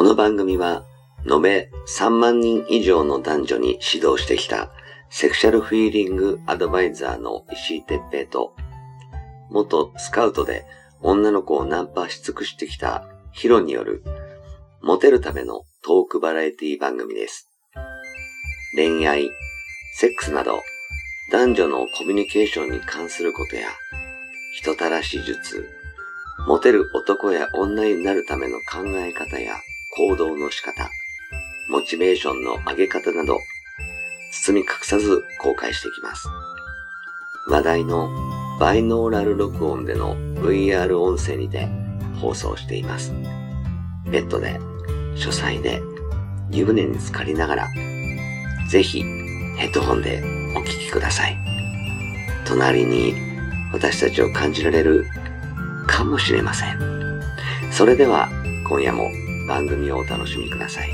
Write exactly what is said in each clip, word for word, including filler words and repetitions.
の番組は延べさんまんにん以上の男女に指導してきたセクシャルフィーリングアドバイザーの石井哲平と、元スカウトで女の子をナンパし尽くしてきたヒロによるモテるためのトークバラエティ番組です。恋愛、セックスなど男女のコミュニケーションに関することや人たらし術、モテる男や女になるための考え方や行動の仕方、モチベーションの上げ方など包み隠さず公開していきます。話題のバイノーラル録音での ブイアール 音声にて放送しています。ベッドで、書斎で、湯船に浸かりながら、ぜひヘッドホンでお聞きください。隣に私たちを感じられるかもしれません。それでは今夜も番組をお楽しみください。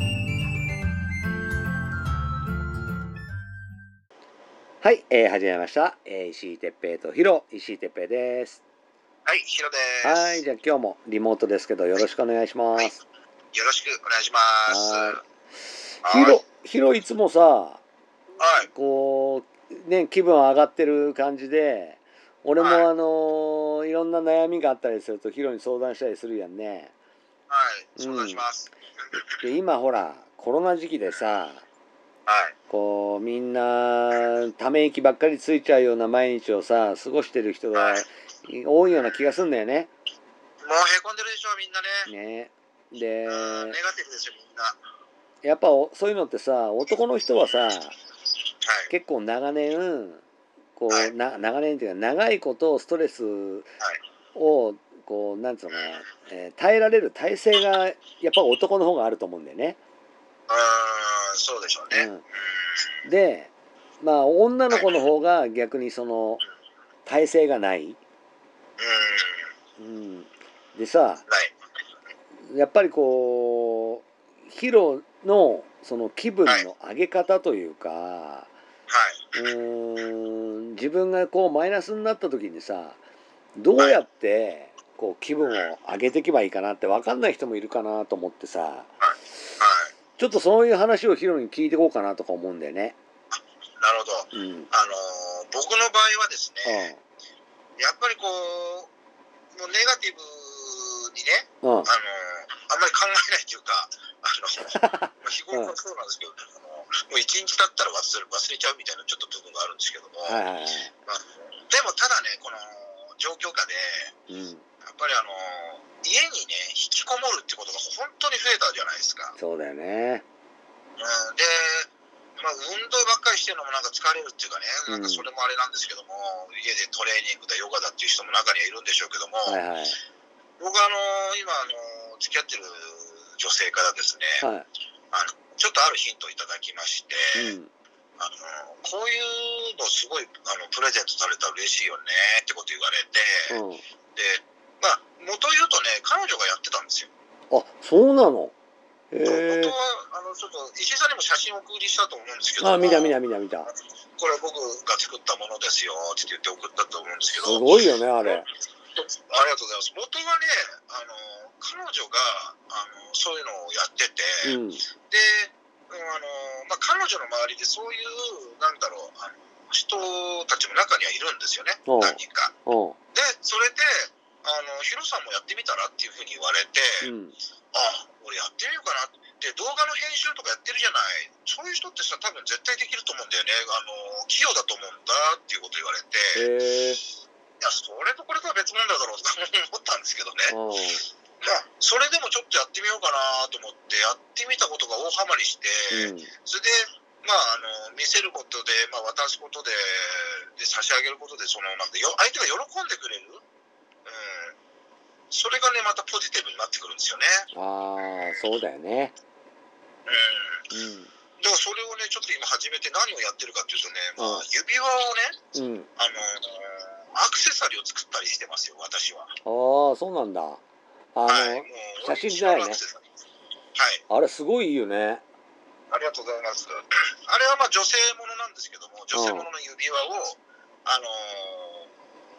はい、えー、始めました、えー、石井哲平とヒロ、石井哲平です。 はい、ヒロです。 はい、じゃあ今日もリモートですけどよろしくお願いします。はい、 よろしくお願いします。 はい。ヒロ、ヒロいつもさ、 はい、 こうね気分上がってる感じで、俺も、はい、あのー、いろんな悩みがあったりするとヒロに相談したりするやんね。 はい、相談します。 うん、で今ほらコロナ時期でさ。 はい、 こうみんなため息ばっかりついちゃうような毎日をさ過ごしてる人が多いような気がするんだよね。 もうへこんでるでしょみんなね。 ねで、 ネガティブですよみんな。 やっぱそういうのってさ男の人はさ、はい、結構長年こう、はい、な長年っていうか長いことストレスをこうなんつうのかな、えー、耐えられる耐性がやっぱ男の方があると思うんだよね。 うーんそうでしょうね。 うん、でまあ女の子の方が逆にその耐性がない。うん、でさやっぱりこうヒロのその気分の上げ方というか、はい、うーん自分がこうマイナスになった時にさどうやってこう気分を上げていけばいいかなって分かんない人もいるかなと思ってさ、はいはい、ちょっとそういう話をヒロに聞いていこうかなとか思うんだよね。 なるほど、うん、あのー、僕の場合はですね、うん、やっぱりこうもうネガティブにね、うん、あのー、あんまり考えないというかあの日頃からそうなんですけど、うん、あのもう一日経ったら忘れ、忘れちゃうみたいなちょっと部分があるんですけども、はいはいはい、まあ、でもただねこの状況下で、うん、やっぱりあの家にね引きこもるってことが本当に増えたじゃないですか。 そうだよね。 うん、で、まあ、運動ばっかりしてるのもなんか疲れるっていうかね、うん、なんかそれもあれなんですけども、家でトレーニングだヨガだっていう人も中にはいるんでしょうけども、はいはい、僕はあの今あの付き合ってる女性からですね、はい、あのちょっとあるヒントをいただきまして、うん、あのこういうのすごいあのプレゼントされたら嬉しいよねってこと言われて、うん、でまあ元言うとね彼女がやってたんですよ。 あ、そうなの。 へえ。本当はあのちょっと石井さんにも写真を送りしたと思うんですけども、 あ、見た見た見た見た。 これ僕が作ったものですよって言って送ったと思うんですけど。 すごいよねあれ。 ありがとうございます。元はねあの彼女があのそういうのをやってて、うん、であの、まあ、彼女の周りでそういうなんだろうあの人たちも中にはいるんですよね何人か。でそれであのヒロさんもやってみたらっていうふうに言われて、うん、あ俺やってみようかなって動画の編集とかやってるじゃない、そういう人ってさ多分絶対できると思うんだよね、あの器用だと思うんだっていうこと言われて、いやそれとこれとは別問題だろうとか思ったんですけどね、まあ、それでもちょっとやってみようかなと思ってやってみたことが大ハマりして、うん、それでまあ、あの見せることで、まあ、渡すことで、で差し上げることでそのなんでよ相手が喜んでくれる、うん、それがねまたポジティブになってくるんですよね。 ああ、そうだよね。 うん。うん、だからそれをねちょっと今始めて何をやってるかっていうとね、まあ、指輪をね、うん、あのアクセサリーを作ったりしてますよ私は。 ああ、そうなんだ。あの、はい、もう写真じゃないね。はい。あれすごいいいよね。 ありがとうございます。あれはまあ女性ものなんですけども、女性ものの指輪を、あのー、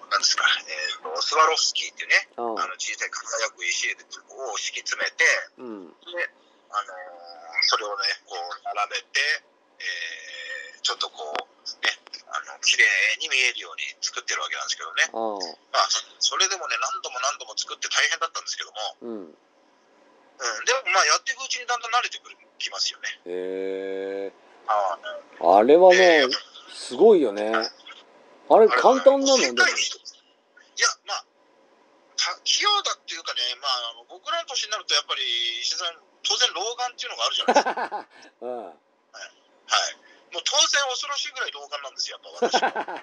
なんですか、えー、とスワロフスキーっていうね、 うんあの小さい輝く石を敷き詰めて、 うん、 で、あのーそれをね、こう並べて、えー、ちょっとこう、ね、あの綺麗に見えるように作ってるわけなんですけどね。 あまあ、それでもね、何度も何度も作って大変だったんですけども、 うん、 うん、でもまあやっていくうちにだんだん慣れてくるきますよね。 へえ。 ああれはね、 えー、 すごいよね。あれ簡単なのでも。 世界に一ついや、まあ、器用だっていうかね、まあ、あの僕らの年になると、やっぱり石田さん、当然、老眼っていうのがあるじゃないですか。 うん、 はい、はい、もう当然、恐ろしいぐらい老眼なんですよ、やっぱ私も。はい、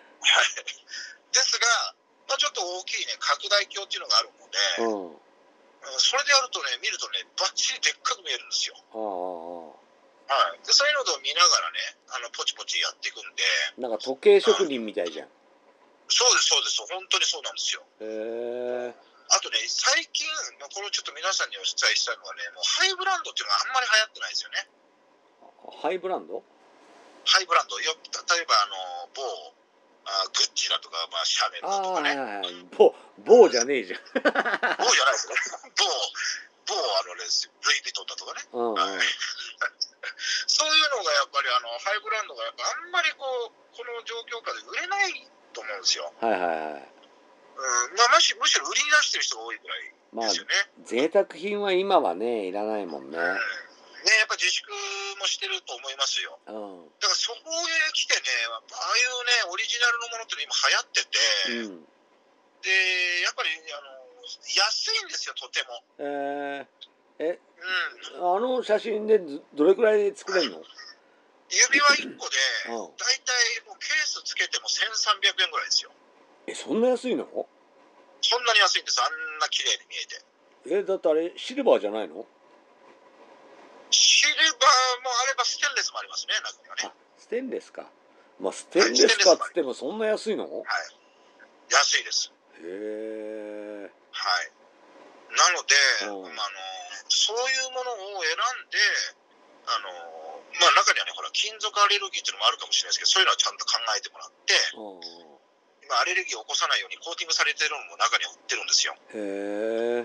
ですが、まあ、ちょっと大きいね、拡大鏡っていうのがあるので、うん、それでやるとね、見るとね、ばっちりでっかく見えるんですよ。はい、でそういうのを見ながらね、あのポチポチやっていくんで。 なんか時計職人みたいじゃん。 そうです、そうです、本当にそうなんですよ。 へえ。 あとね、最近、これをちょっと皆さんにお伝えしたいのはね、もうハイブランドっていうのがあんまり流行ってないですよね。 ハイブランド？ ハイブランド、よ例えばあの某あグッチだとか、まあ、シャネルだとかね。 ああ、はいはい、某、某じゃねえじゃん。 某じゃないですね。某、某あのですよ、ルイ・ヴィトンだとかね。 うんうん、 はい、そういうのがやっぱりあのハイブランドがやっぱあんまりこうこの状況下で売れないと思うんですよ。 はいはいはい。 うん、まあ、むしむしろ売りに出してる人が多いぐらいですよね。 まあ、贅沢品は今はね、いらないもんね。うん、ね、 やっぱ自粛もしてると思いますよ。うん、だからそこへ来てね、ああいうね、オリジナルのものって今流行ってて、うん、で、やっぱりあの安いんですよ、とても。 えー、え、うん、あの写真でどれくらいで作れるの？ 指輪いっこで、だいたいもうケースつけてもせんさんびゃくえんぐらいですよ。 え、そんな安いの？ そんなに安いんです、あんな綺麗に見えて。 え、だってあれ、シルバーじゃないの？ シルバーもあれば、ステンレスもありますね、中にはね。 あ、ステンレスか。まあ、ステンレスかっつってもそんな安いの？はい。 安いです。 へえ。 はい。なので、うん、あの、そういうものを選んで、あの、まあ中にはね、ほら、金属アレルギーっていうのもあるかもしれないですけど、そういうのはちゃんと考えてもらって、今アレルギーを起こさないようにコーティングされてるのも中には売ってるんですよ。へえ。はい。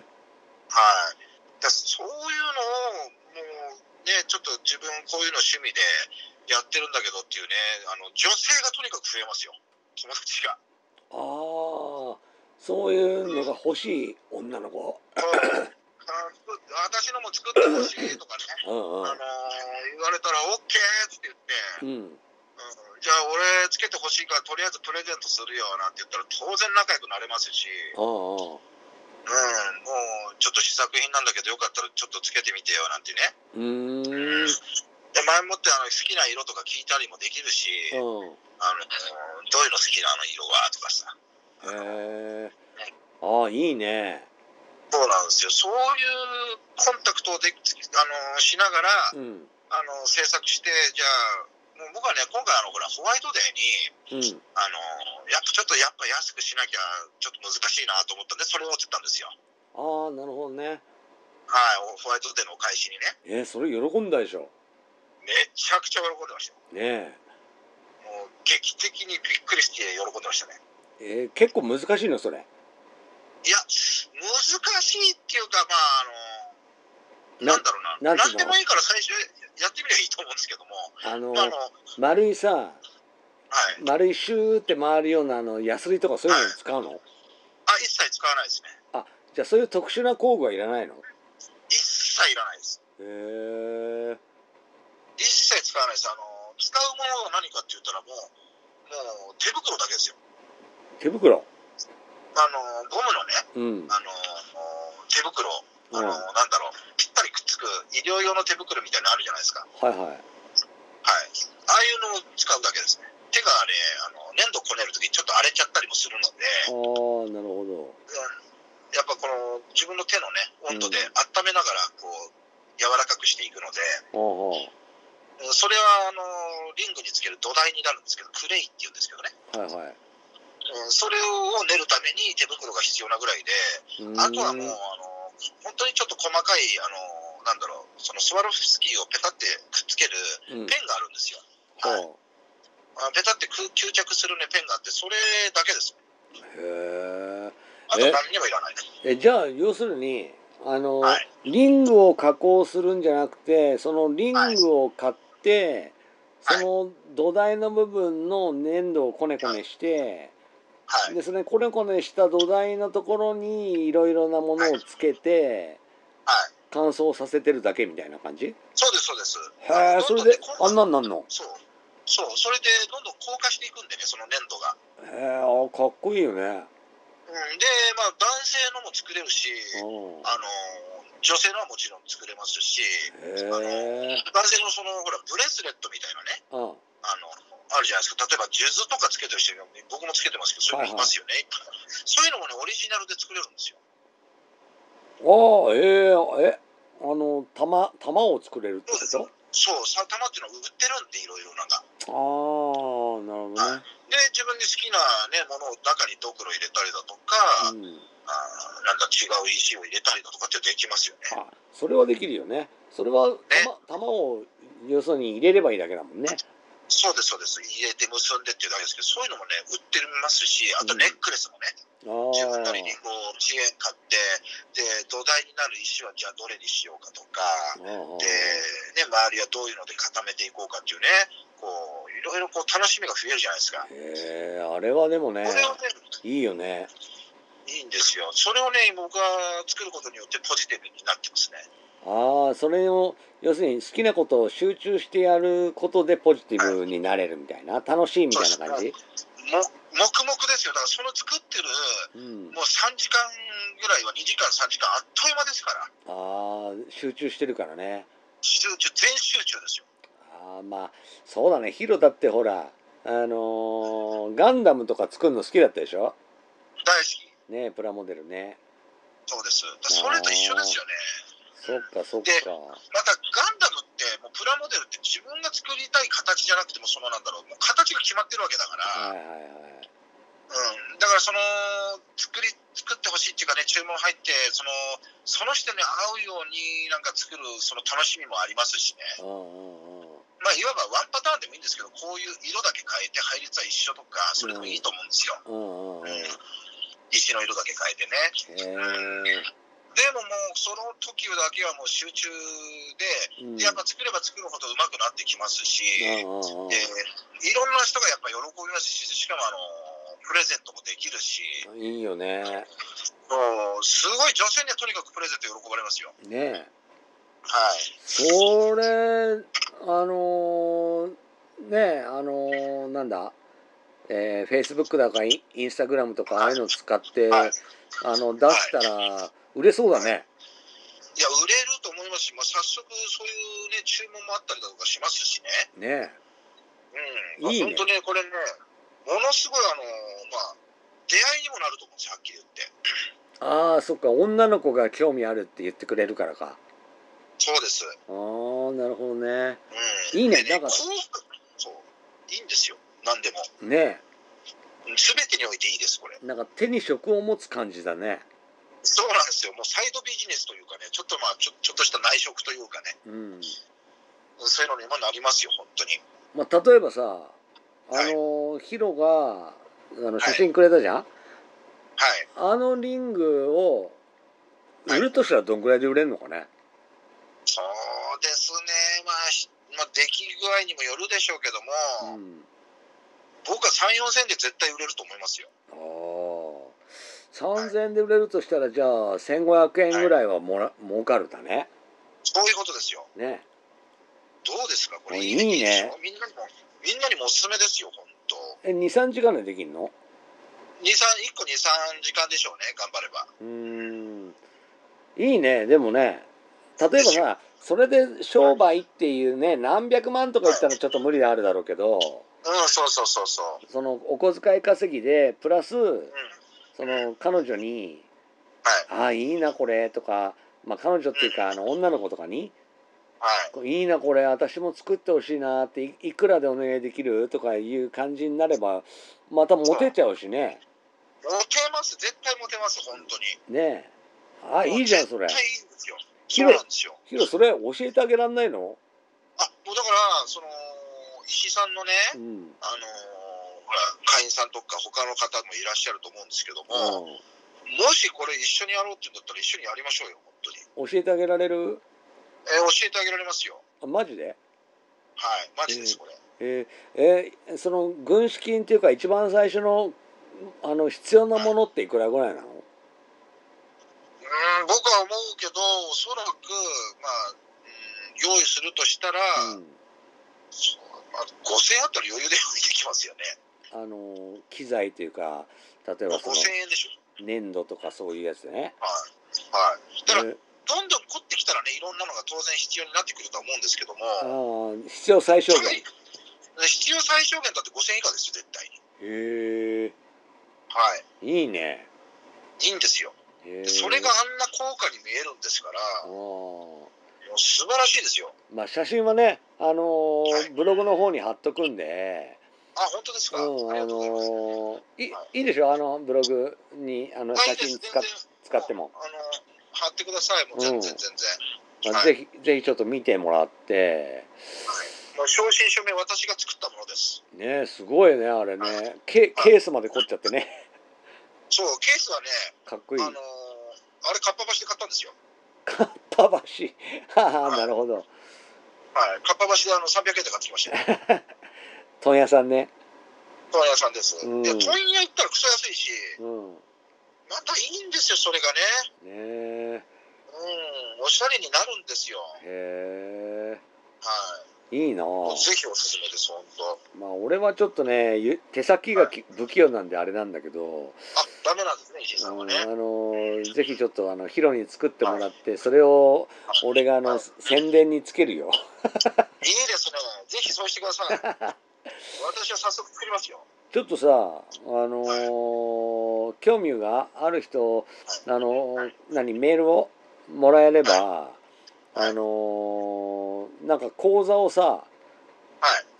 だそういうのを、もうね、ちょっと自分こういうの趣味でやってるんだけどっていうね、あの、女性がとにかく増えますよ。友達が。 ああ、そういうのが欲しい女の子。 私のも作ってほしいとかね、うんうん、あのー、言われたら OK って言って、うんうん、じゃあ俺つけてほしいからとりあえずプレゼントするよなんて言ったら当然仲良くなれますし、うん、もうちょっと試作品なんだけどよかったらちょっとつけてみてよなんてね。うーん、で前もってあの好きな色とか聞いたりもできるし、うん、あのどういうの好きなの色はとかさ。へえ、 ああいいね。 そうなんですよ。そういうコンタクトをであのしながら、うん、あの制作して、じゃあもう僕はね今回あのほらホワイトデーに、うん、あのやっぱちょっとやっぱ安くしなきゃちょっと難しいなと思ったんでそれを作ったんですよ。 ああなるほどね。はい、 ホワイトデーのお返しにね。 えー、それ喜んだでしょ。 めちゃくちゃ喜んでましたよ。ねえ。もう劇的にびっくりして喜んでましたね。 えー、結構難しいのそれ。 いや、難しいっていうか、まあ、あの、なんだろうな、ななんでもいいから最初やってみればいいと思うんですけども、あの、まあ、あの丸いさ、はい、丸いシューって回るようなあのヤスリとかそういうの使うの？はい、 あ、一切使わないですね。 あ、じゃあそういう特殊な工具はいらないの？ 一切いらないです。へえ。一切使わないです。あの、使うものは何かって言ったらもう、もう手袋だけですよ。 手袋？ あのゴムのね、うん、あの手袋、あの、うん、なんだろう、ぴったりくっつく医療用の手袋みたいなのあるじゃないですか。はいはい。はい。ああいうのを使うだけですね。手があれ、あの粘土こねるときにちょっと荒れちゃったりもするので。ああ、なるほど。うん、やっぱこの自分の手のね温度で温めながらこう柔らかくしていくので。うん、それはあのリングにつける土台になるんですけど、クレイっていうんですけどね。はいはい。うん、それを練るために手袋が必要なぐらいで、あとはもうあの本当にちょっと細かいあのなんだろう、そのスワロフスキーをペタってくっつけるペンがあるんですよ。うん、はい。あペタって吸着するねペンがあってそれだけです。 へあとえ。 何にもいらない。 え、え、じゃあ、要するに、あの、 はい。 リングを加工するんじゃなくて、そのリはい。 ングを買って、そはい。 の土台の部分の粘土をこねこねして、 はい。 で、それこねこねした土台のところにいろいろなものはい。 をつけて、 はい。 乾燥させてるだけみたいな感じ？ そうです、そうです。あの、 へえ、 どんそれで、 どんね、こう、 あんなんなんの？ そう。そう。それで、どんどん硬化していくんでね、その粘土が。 へえ、あ、かっこいいよね。 うん、で、まあ、男性のも作れるし、 うん。 あの、女性のはもちろん作れますし、あの、 へえ。 男性のその、ほら、ブレスレットみたいなね、 うん。 あの、あるじゃないですか。例えば、数珠とかつけてる人が、僕もつけてますけど、そういうはいはい。 のいますよね。そういうのもね、オリジナルで作れるんですよ。 ああ、ええ、え、あの、玉、玉を作れるってそうです。 こと？ そう、さ玉っていうのは売ってるんで、いろいろなんか。 ああ、なるほどはい。 ね。 で、自分で好きなね、ものを中にドクロ入れたりだとか、 うん。 あなんか違う石を入れたりだとかってできますよね。 あ、それはできるよね。それはね。 玉、玉を要するに入れればいいだけだもんね。 そうです、そうです。入れて結んでっていうだけですけど、そういうのもね、売ってますし、あとネックレスもね、自分なりにあこう、チェーン買って、で、土台になる石はじゃあどれにしようかとか、 あ、あで、 あ、 ね、周りはどういうので固めていこうかっていうね、こう、いろいろこう楽しみが増えるじゃないですか。 へえ、あれはでもね、 これをね、 いいよね。 いいんですよ。それをね、僕が作ることによってポジティブになってますね。 ああ、それを、要するに好きなことを集中してやることでポジティはい。 ブになれるみたいな、楽しいみたいなそうです。もう、 感じ？ も黙々ですよ。だからその作ってる、 うん。 もうさんじかんぐらいはにじかん、さんじかんあっという間ですから。 ああ、集中してるからね。 集中、全集中ですよ。 ああ、まあ、そうだね。ヒロだってほら、あのーガンダムとか作るの好きだったでしょ？ 大好き。 ねえ、プラモデルね。 そうです。だそれと一緒でああ、 すよね。 そっかそっで、 か。 またガンダムって、もうプラモデルって自分が作りたい形じゃなくてもそのなんだろう、もう形が決まってるわけだから、 はいはいはい。 うん、だからその作り作ってほしいっていうかね、注文入って、そのその人に合うようになんか作るその楽しみもありますしね。 うんうんうん。 まあ、いわばワンパターンでもいいんですけど、こういう色だけ変えて配列は一緒とか、それでもいいと思うんですよ。 うんうんうん、 うん。 石の色だけ変えてね。うん、 へえ。 でももうその時だけはもう集中で、 うん。 でやっぱ作れば作るほど上手くなってきますし、 うんうんうん。 でいろんな人がやっぱ喜びますし、しかもあのプレゼントもできるし、 いいよね。 もうすごい女性にはとにかくプレゼント喜ばれますよ。 ねえ。 はい。 それ、あのーねえ、あのーなんだ、えー、Facebook だかインインスタグラムとかああいうの使っはい。 て、あの、出したはい。 ら売れそうだはい。 ね。 いや、売れると思いますし、まあ、早速そういうね、注文もあったりだとかしますしね。 ねうん。 え。 まあ、 いいね。 本当ね、これね、ものすごいあの、まあ、出会いにもなると思うんですよ、はっきり言って。 ああ、そっか、女の子が興味あるって言ってくれるからか。 そうです。 ああ、なるほどね。 うん。 いいね。 でね、 なんか、 こう、そう、いいんですよ、何でも。 ねすべてにおいていいです、これ。 え。なんか手に職を持つ感じだね。 そうなんですよ。もうサイドビジネスというかね、ちょっとまあ、ちょちょっとした内職というかね、 うん。 そういうのにもなりますよ、本当に。 まあ、例えばさ、あはい。 の、ヒロが、あの、写はい。 真くれたじゃん？ はい。 あのリングをはい。 売るとしたらどんぐらいで売れるのかね？ そうですね。まあ、しまあ、出来具合にもよるでしょうけども、 うん。 僕はさん、よんせんで絶対売れると思いますよ。 ああ。 はい。 さんぜんえんで売れるとしたら、じゃあ、せんごひゃくえんはい。 ぐらいはもら、儲かるだね。 そういうことですよ。 ね。 どうですかこれあ、いいいね、いいでしいね。 ょみんなにも、みんなにもおすすめですよ、本当。 え、に、さんじかんでできんの？ に、さん、いっこに、さんじかんでしょうね、頑張れば。 うーん。いいね。でもね、例ですよ。 えばさ、それで商はい。 売っていうね、何百万とか言ったらちょっと無理あるだろうけど、 うん、そうそうそうそう。 そのお小遣い稼ぎで、プラス、 うん、うん。 その彼女に、 はい。 ああ、いいな、これ、とか、まあ彼女っうん、 ていうか、あの、女の子とかに、 はい。 いいな、これ、私も作ってほしいなって、いいくらでお願いできるとかいう感じになれば、またモそう。 テちゃうしね。 モテます。絶対モテます、本当に。 ねえ。あ、 もういいじゃん、 絶それ。 対いいんですよ。そうなヒロ、 んですよ。 ヒロ、それ教えてあげらんないの？ あ、もうだから、その、石井さんのね、 うん。 あのほら会員さんとか他の方もいらっしゃると思うんですけども、もしこれ一緒にやろうって言うんだったら一緒にやりましょうよ、本当に。 教えてあげられる？ えー、教えてあげられますよ。 あ、マジで？ はい、マジです、これ。 えー、えー、その軍資金っていうか一番最初のあの必要なものっていくらぐらいなの？ うん、僕は思うけど、おそらく、まあ、うん、用意するとしたら、うん、まあ、ごせんえんあったら余裕で用意できますよね。 あの機材というか、例えばそのごせんえんでしょ。 粘土とかそういうやつね。 はい。はい。だから、えー、どんどん凝ってきたらね、いろんなのが当然必要になってくるとは思うんですけども。 ああ、必要最小限。 必要最小限だってごせんえん以下ですよ、絶対に。 へえ。 はい。 いいね。 いいんですよ。でそれがあんな高価に見えるんですから、もう素晴らしいですよ。 まあ写真はね、あのーはい、ブログの方に貼っとくんで。 あ、本当ですか。 うん、 ありがとうございます。 あのー、い、はい、いいでしょ、あのブログにあの写真使っ使っても。 あの貼ってください。もう全然、うん、全然。 まあ、はい、ぜひぜひちょっと見てもらって。 はい、もう正真正銘私が作ったものです。 ね、すごいね、あれね、はい、ケ, ケースまで凝っちゃってね。 そう、ケースはね、 かっこいい。 あのー、あれかっぱ橋で買ったんですよ。 かっぱ橋。はあ、なるほど。 はい、かっぱ橋であのさんびゃくえんで買ってきましたよ。 問屋さんね。 問屋さんです。うん、いや問屋行ったらクソ安いし、うん、またいいんですよ、それがね。ねえ。うん、おしゃれになるんですよ。へえ。はい。いいなぁ。ぜひおすすめです、本当。まあ俺はちょっとね、手先が不器用なんであれなんだけど。 あ、ダメなんですね、石井さんはね。 うん、あのぜひちょっとあのヒロに作ってもらって、はい、それを俺があの、はい、宣伝につけるよ。 いいですね。ぜひそうしてください。私は早速作りますよ。 ちょっとさ、あのーはい、興味がある人、はい、あのー、何メールをもらえれば、はい、あのー、なんか講座をさ、はい、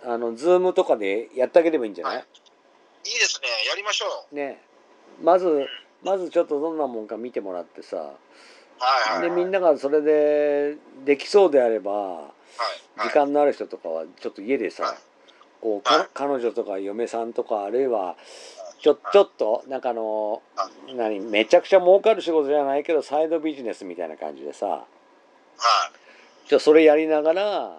あのズームとかでやってあげればいいんじゃない？はい、 いいですね。やりましょう。 ね、まずまずちょっとどんなもんか見てもらってさ、はいはいはい、でみんながそれでできそうであれば、はいはい、時間のある人とかはちょっと家でさ、はい、こう、はい、彼女とか嫁さんとかあるいはちょ、ちょっとなんかあの何めちゃくちゃ儲かる仕事じゃないけどサイドビジネスみたいな感じでさ、はい、ちょそれやりながら、はい、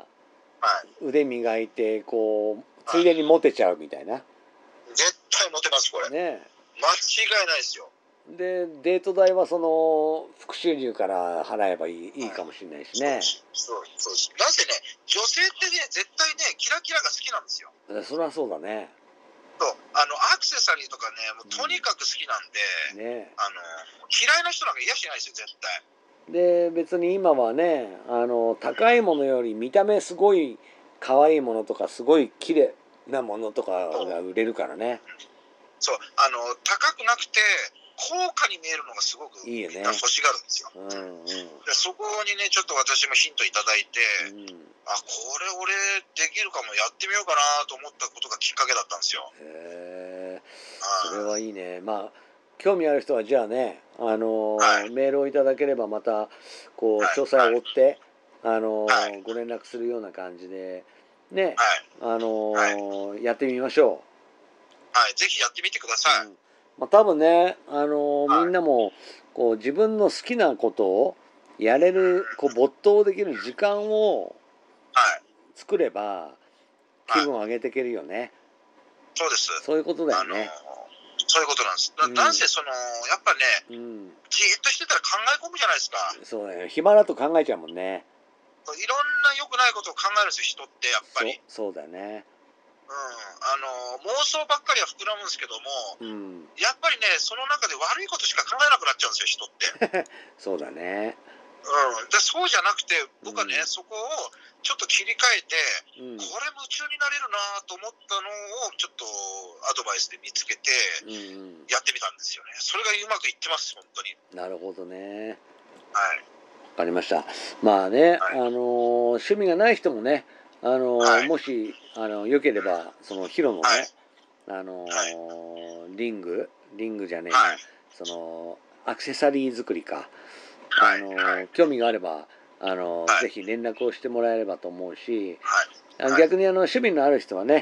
腕磨いてこうついでにモテちゃうみたいな。 絶対モテますこれ。ね、間違いないですよ。 でデート代はその副収入から払えばいい、いいかもしれないしね。 そうそうです。なぜね、女性ってね絶対ねキラキラが好きなんですよ。 そりゃそうだね。 そうあのアクセサリーとかねもうとにかく好きなんで、うん、ね、あの嫌いな人なんかいやしないですよ絶対。 で別に今はねあの高いものより見た目すごい可愛いものとかすごい綺麗なものとかが売れるからね。 そうあの高くなくて高価に見えるのがすごくみんな欲しがるんですよ。いいよね。うんうん、でそこにねちょっと私もヒントいただいて、うん、あこれ俺できるかもやってみようかなと思ったことがきっかけだったんですよ。へえ、それはいいね。まあ興味ある人はじゃあね、あのーはい、メールをいただければまたこう詳細を追って、はい、あのーはい、ご連絡するような感じでね、はい、あのーはい、やってみましょう。はい、ぜひやってみてください。うん、 まあ、多分ね、あのーはい、みんなもこう自分の好きなことをやれるこう没頭できる時間を作れば気分を上げていけるよね。はい、 そうです。 そういうことだよね。 あのーそういうことなんです。だなんせその、やっぱね、うん、じーっとしてたら考え込むじゃないですか。 そうだよ。暇だと考えちゃうもんね。 いろんな良くないことを考えるんですよ、人ってやっぱり。 そう、そうだよね。 うん、あの妄想ばっかりは膨らむんですけども、うん、やっぱりねその中で悪いことしか考えなくなっちゃうんですよ、人って。 そうだね。 うん、でそうじゃなくて僕はね、うん、そこをちょっと切り替えて、うん、これ夢中になれるなと思ったのをちょっとアドバイスで見つけてやってみたんですよね。それがうまくいってます、本当に。 なるほどね。 はい。 わかりました。まあね、はい、あのー、趣味がない人もね、あのーはい、もしあのよければそのヒロのね、はい、あのーはい、リングリングじゃねえな、はい、そのアクセサリー作りか、あのーはい、興味があればあのーはい、ぜひ連絡をしてもらえればと思うし、はい、逆にあの趣味のある人はね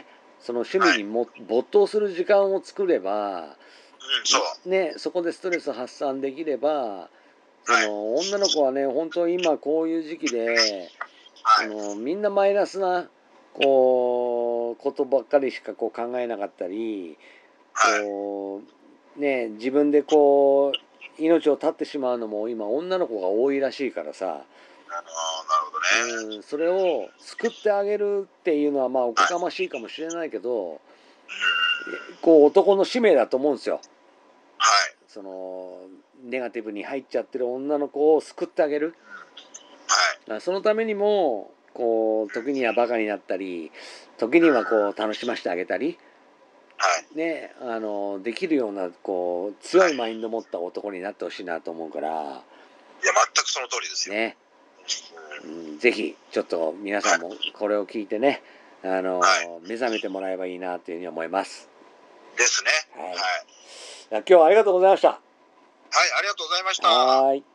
その趣味にも没頭する時間を作れば、 うん、そうね、そこでストレス発散できれば、そはいの女の子はね、本当今こういう時期で、 はいあのみんなマイナスなこうことばっかりしかこう考えなかったり、 はいこうね、自分でこう命を絶ってしまうのも今女の子が多いらしいからさ、 あーなるほどね。 うん、それを救ってあげるっていうのはまあおこはいがましいかもしれないけど、 うんこう男の使命だと思うんですよ。 はいそのネガティブに入っちゃってる女の子を救ってあげる。 はいそのためにもこう時にはバカになったり、時にはこう楽しませてあげたり、 はいね、あのできるようなこう強いマインドを持った男になってほしいなと思うから、 いや全くその通りですよ。 ね、 うんうん、ぜひちょっと皆さんもこれを聞いてね、あのはい目覚めてもらえばいいなというふうに思います。 ですね。 はいはい、 今日はありがとうございました。 はい、ありがとうございました。 はい。